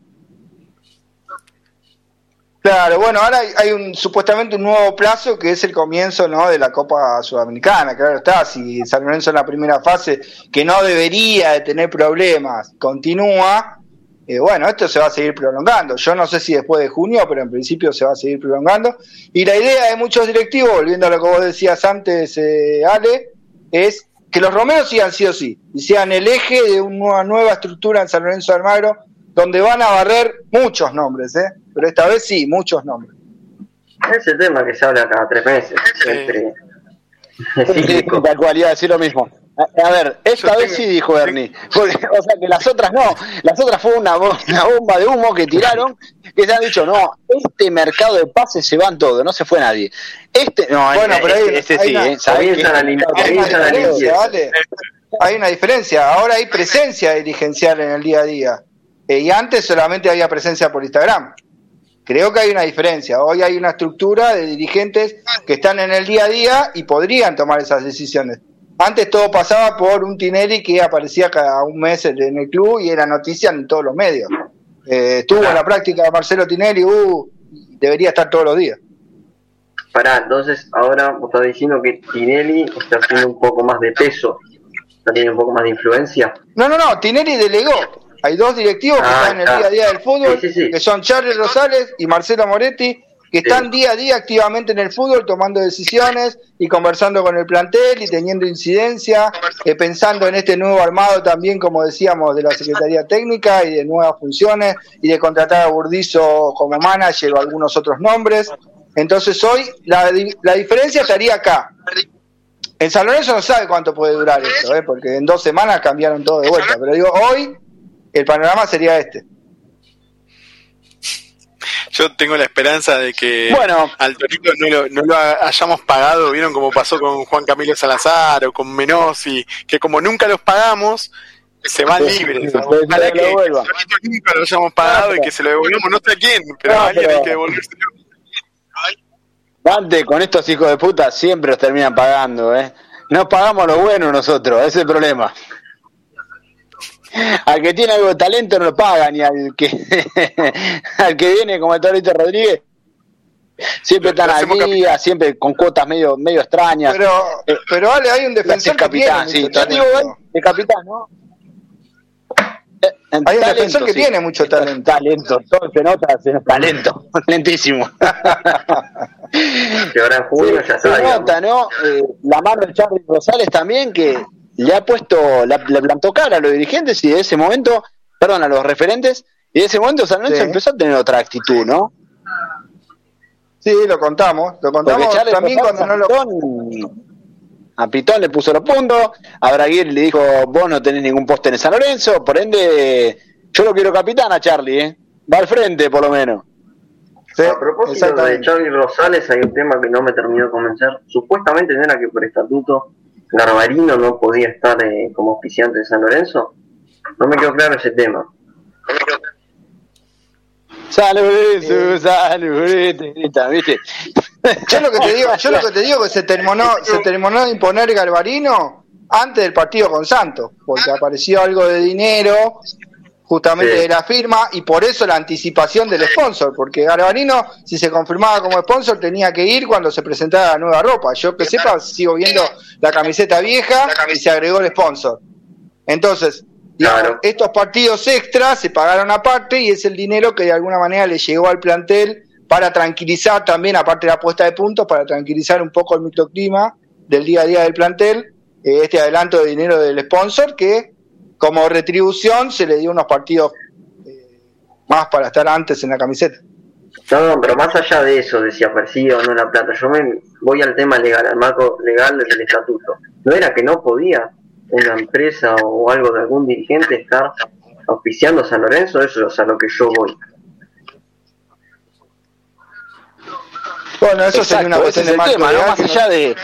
Claro, bueno, ahora hay, hay un supuestamente un nuevo plazo que es el comienzo, ¿no?, de la Copa Sudamericana. Claro está, si San Lorenzo en la primera fase, que no debería de tener problemas, continúa, eh, bueno, esto se va a seguir prolongando. Yo no sé si después de junio, pero en principio se va a seguir prolongando. Y la idea de muchos directivos, volviendo a lo que vos decías antes, eh, Ale, es que los Romeros sigan sí o sí, y sean el eje de una nueva estructura en San Lorenzo de Almagro, donde van a barrer muchos nombres, ¿eh? Pero esta vez sí, muchos nombres. Ese tema que se habla cada tres meses, siempre es cíclico. Tal cual, iba a decir lo mismo. A, a ver, esta Yo vez tengo- sí dijo Ernie. Porque, o sea, que las otras no. Las otras fue una, bo- una bomba de humo que tiraron, que se han dicho, no, este mercado de pases se van todos, no se fue nadie. Este, no, Bueno, este, pero hay- este hay sí, una- ¿eh? ¿Sabés comienzan qué? a lim- Hay una comienzan a diferencia, limpiar. ¿vale? Hay una diferencia. Ahora hay presencia dirigencial en el día a día. Eh, y antes solamente había presencia por Instagram. Creo que hay una diferencia. Hoy hay una estructura de dirigentes que están en el día a día y podrían tomar esas decisiones. Antes todo pasaba por un Tinelli que aparecía cada un mes en el club y era noticia en todos los medios. Eh, estuvo en la práctica de Marcelo Tinelli, uh, debería estar todos los días. Pará, entonces ahora vos estás diciendo que Tinelli está haciendo un poco más de peso, está teniendo un poco más de influencia. No, no, no, Tinelli delegó. Hay dos directivos que Ah, están en el está. día a día del fútbol, Sí, sí, sí. que son Charles Rosales y Marcelo Moretti, que están Sí. día a día activamente en el fútbol, tomando decisiones y conversando con el plantel y teniendo incidencia, eh, pensando en este nuevo armado también, como decíamos, de la Secretaría Técnica y de nuevas funciones y de contratar a Burdizo como manager o algunos otros nombres. Entonces hoy la, di- la diferencia estaría acá. En San Lorenzo no sabe cuánto puede durar esto, ¿eh? Porque en dos semanas cambiaron todo de vuelta. Pero digo, hoy el panorama sería este. Yo tengo la esperanza de que Bueno. al Torito no lo, no lo hayamos pagado, vieron como pasó con Juan Camilo Salazar o con Menossi, que como nunca los pagamos, se van libres. Ojalá que al Torito nunca lo hayamos pagado y que se lo devolvamos, no sé a quién, pero No, a alguien pero- hay que devolvérselo. Antes, con estos hijos de puta siempre los terminan pagando, ¿eh? No pagamos lo bueno nosotros, ese es el problema. Al que tiene algo de talento no lo pagan, y al que al que viene como el Torito Rodríguez siempre están Lo al hacemos día, capitán. siempre con cuotas medio medio extrañas. Pero, Eh, pero Ale, hay un Es defensor que capitán, tiene sí. mucho Yo digo, talento. ¿eh? De capitán, ¿no? Eh, Hay un defensor que tiene mucho talento. Talento, todo se nota, se nota talento, lentísimo. Que ahora en junio ya se está, digamos. nota, ¿no? Eh, la mano de Charly Rosales también, que le ha puesto, la- le plantó cara a los dirigentes y de ese momento, perdón, a los referentes, y de ese momento San Lorenzo Sí. empezó a tener otra actitud, ¿no? Sí, lo contamos. Lo Porque contamos Charly también Rosales cuando no lo... a Pitón, a Pitón le puso los puntos, a Braguer le dijo, vos no tenés ningún poste en San Lorenzo, por ende, yo lo quiero capitán a Charlie, ¿eh? Va al frente, por lo menos. Sí, a propósito de Charlie Rosales, hay un tema que no me terminó de convencer. Supuestamente no era que por estatuto Garbarino no podía estar eh, como auspiciante de San Lorenzo. No me quedó claro ese tema. Salud, salud, ¿viste? Yo lo que te digo, yo lo que te digo que se terminó, se terminó de imponer Garbarino antes del partido con Santos, porque apareció algo de dinero justamente sí. de la firma, y por eso la anticipación del sponsor, porque Garbarino, si se confirmaba como sponsor, tenía que ir cuando se presentara la nueva ropa. Yo que sepa, sigo viendo la camiseta vieja y se agregó el sponsor. Entonces, digamos, claro. estos partidos extras se pagaron aparte y es el dinero que de alguna manera le llegó al plantel para tranquilizar también, aparte de la puesta de puntos, para tranquilizar un poco el microclima del día a día del plantel, eh, este adelanto de dinero del sponsor que como retribución se le dio unos partidos eh, más para estar antes en la camiseta. No, no, pero más allá de eso, de si aparecía o no la plata, yo me voy al tema legal, al marco legal del estatuto. ¿No era que no podía una empresa o algo de algún dirigente estar auspiciando a San Lorenzo? Eso es a lo que yo voy. Bueno, eso sería una cuestión de marco tema, legal, ¿no? Más allá no... de...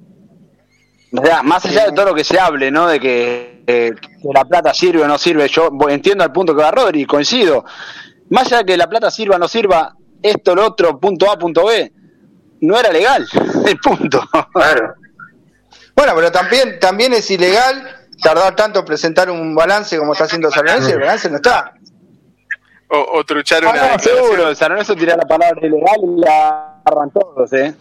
O sea, más allá de todo lo que se hable, ¿no? De que, eh, que la plata sirve o no sirve, yo entiendo el punto que va Rodri, coincido. Más allá de que la plata sirva o no sirva, esto, lo otro, punto A, punto B, no era legal, el punto. Claro. Bueno, pero también también es ilegal tardar tanto en presentar un balance como está haciendo San Lorenzo, y el balance no está. O, o truchar una ah, no, seguro, San Lorenzo tira la palabra ilegal y la agarran todos, ¿eh?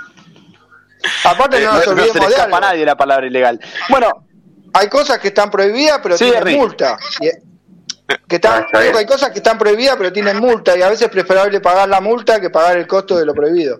Aparte no nos no, olvidemos no se le escapa de algo. a nadie la palabra ilegal. Bueno, hay cosas que están prohibidas pero sí, tienen multa. Que están, ah, hay cosas que están prohibidas pero tienen multa y a veces es preferible pagar la multa que pagar el costo de lo prohibido.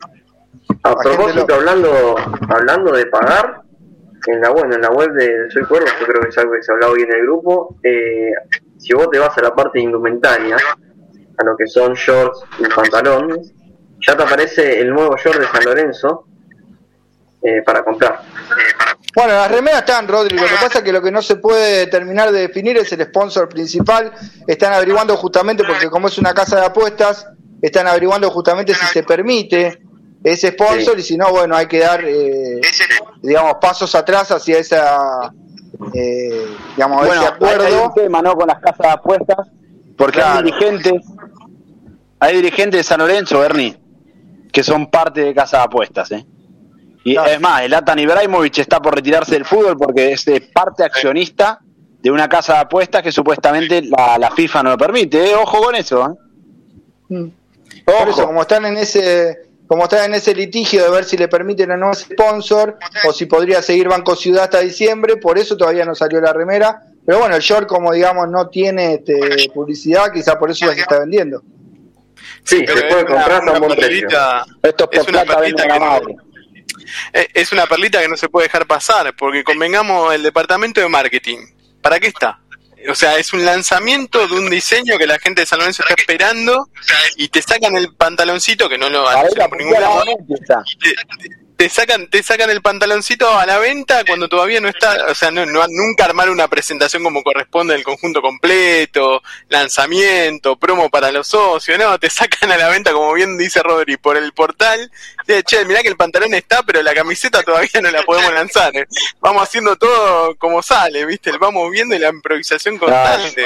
A propósito, lo... hablando hablando de pagar, en la bueno, en la web de Soy Cuervo, yo creo que es algo que se ha hablado hoy en el grupo, eh, si vos te vas a la parte de indumentaria, a lo que son shorts y pantalones, ya te aparece el nuevo short de San Lorenzo eh, para comprar. Bueno, las remeras están, Rodri, lo que pasa es que lo que no se puede terminar de definir es el sponsor principal. Están averiguando justamente, porque como es una casa de apuestas, están averiguando justamente si se permite ese sponsor, sí. Y si no, bueno, hay que dar, eh, digamos, pasos atrás hacia esa, eh, digamos, bueno, ese acuerdo. Hay un tema, ¿no?, con las casas de apuestas, porque claro. hay dirigentes, hay dirigentes de San Lorenzo, Ernie, que son parte de casas de apuestas, ¿eh? Y claro. es más, el Atan Ibrahimovic está por retirarse del fútbol porque es de parte accionista de una casa de apuestas que supuestamente la, la FIFA no lo permite, ¿eh? Ojo con eso, ¿eh? Mm. Por eso, como están en ese... como está en ese litigio de ver si le permiten o no ese sponsor, o si podría seguir Banco Ciudad hasta diciembre, por eso todavía no salió la remera, pero bueno, el short, como digamos, no tiene este, publicidad, quizá por eso ya se está vendiendo. Sí, se puede comprar a un buen precio. Esto es una perlita que no, es una perlita que no se puede dejar pasar, porque convengamos, el departamento de marketing, ¿para qué está? O sea, es un lanzamiento de un diseño que la gente de San Lorenzo está esperando y te sacan el pantaloncito, que no lo anuncian por ningún lado, te, te sacan te sacan el pantaloncito a la venta cuando todavía no está, o sea, no, no nunca armar una presentación como corresponde del conjunto completo, lanzamiento, promo para los socios, no, te sacan a la venta, como bien dice Rodri, por el portal, de, che, mirá que el pantalón está, pero la camiseta todavía no la podemos lanzar, ¿eh? Vamos haciendo todo como sale, ¿viste? Vamos viendo la improvisación constante.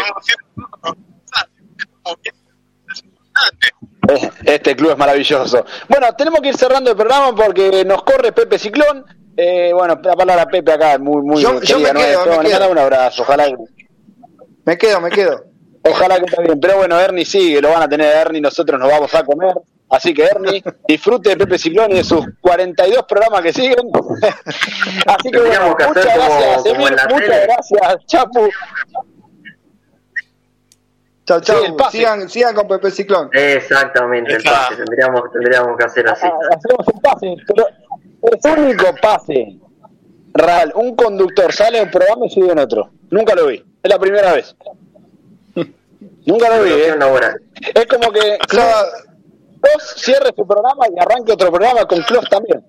Este club es maravilloso. Bueno, tenemos que ir cerrando el programa porque nos corre Pepe Ciclón. Eh, bueno, la palabra Pepe acá, muy, muy yo, yo me quedo, ¿no? me quedo. Un abrazo, ojalá que... Me quedo, me quedo. Ojalá que esté bien. Pero bueno, Ernie sigue, lo van a tener Ernie, nosotros nos vamos a comer. Así que Ernie, disfrute de Pepe Ciclón y de sus cuarenta y dos programas que siguen. Así que bueno, que muchas gracias, como, Emil, como muchas gracias, Chapu. Chau, chau. Sí, sigan, sigan con Pepe Ciclón. Exactamente, el pase. Tendríamos, tendríamos que hacer así. Ah, hacemos un pase, pero el único pase real, un conductor sale del programa y sigue en otro. Nunca lo vi. Es la primera vez. Nunca lo vi, ¿eh? Es como que Klaus cierre su programa y arranque otro programa con Klaus también.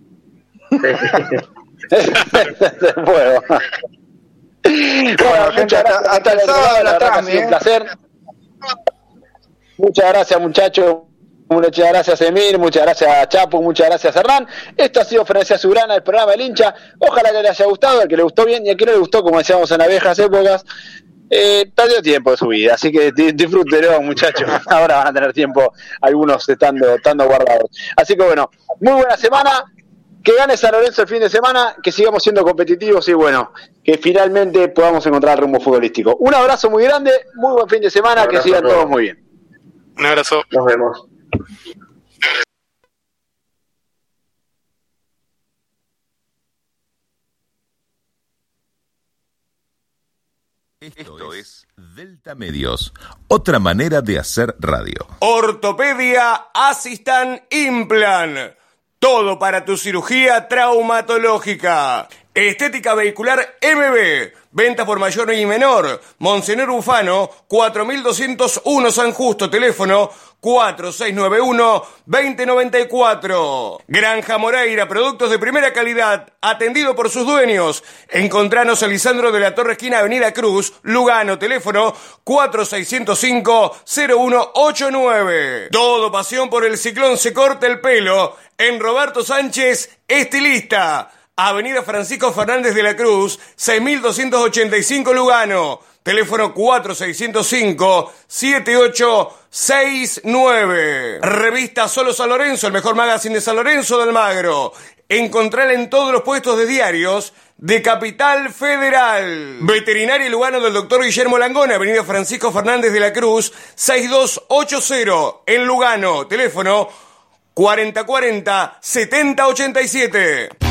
Bueno, bueno, gente, hasta, hasta el sábado de la tarde. Un placer. Muchas gracias, muchachos. Muchas gracias, Emir, muchas gracias, Chapo, muchas gracias, Hernán. Esto ha sido Frenesí Azulgrana, el programa del hincha. Ojalá que le haya gustado, al que le gustó bien y al que no le gustó, como decíamos en las viejas épocas, eh, perdió tiempo de su vida. Así que disfrútenlo, muchachos. Ahora van a tener tiempo algunos estando, estando guardados. Así que bueno, muy buena semana. Que gane San Lorenzo el fin de semana, que sigamos siendo competitivos y bueno, que finalmente podamos encontrar el rumbo futbolístico. Un abrazo muy grande, muy buen fin de semana, que sigan todos muy bien. Un abrazo. Nos vemos. Esto es Delta Medios, otra manera de hacer radio. Ortopedia Assistant Implant. Todo para tu cirugía traumatológica. Estética vehicular M B. Venta por mayor y menor. Monseñor Ufano, cuatro mil doscientos uno San Justo. Teléfono cuatro seis nueve uno, dos cero nueve cuatro. Granja Moreira, productos de primera calidad, atendido por sus dueños. Encontranos a Lisandro de la Torre, esquina Avenida Cruz, Lugano. Teléfono cuatro seis cero cinco, cero uno ocho nueve. Todo pasión por el ciclón se corta el pelo. En Roberto Sánchez, estilista. Avenida Francisco Fernández de la Cruz, seis mil doscientos ochenta y cinco Lugano. Teléfono cuatro seis cero cinco, siete ocho seis nueve. Revista Solo San Lorenzo, el mejor magazine de San Lorenzo de Almagro. Encontrala en todos los puestos de diarios de Capital Federal. Veterinaria Lugano del doctor Guillermo Langone, Avenida Francisco Fernández de la Cruz, seis dos ocho cero en Lugano. Teléfono cuarenta cuarenta, setenta ochenta y siete.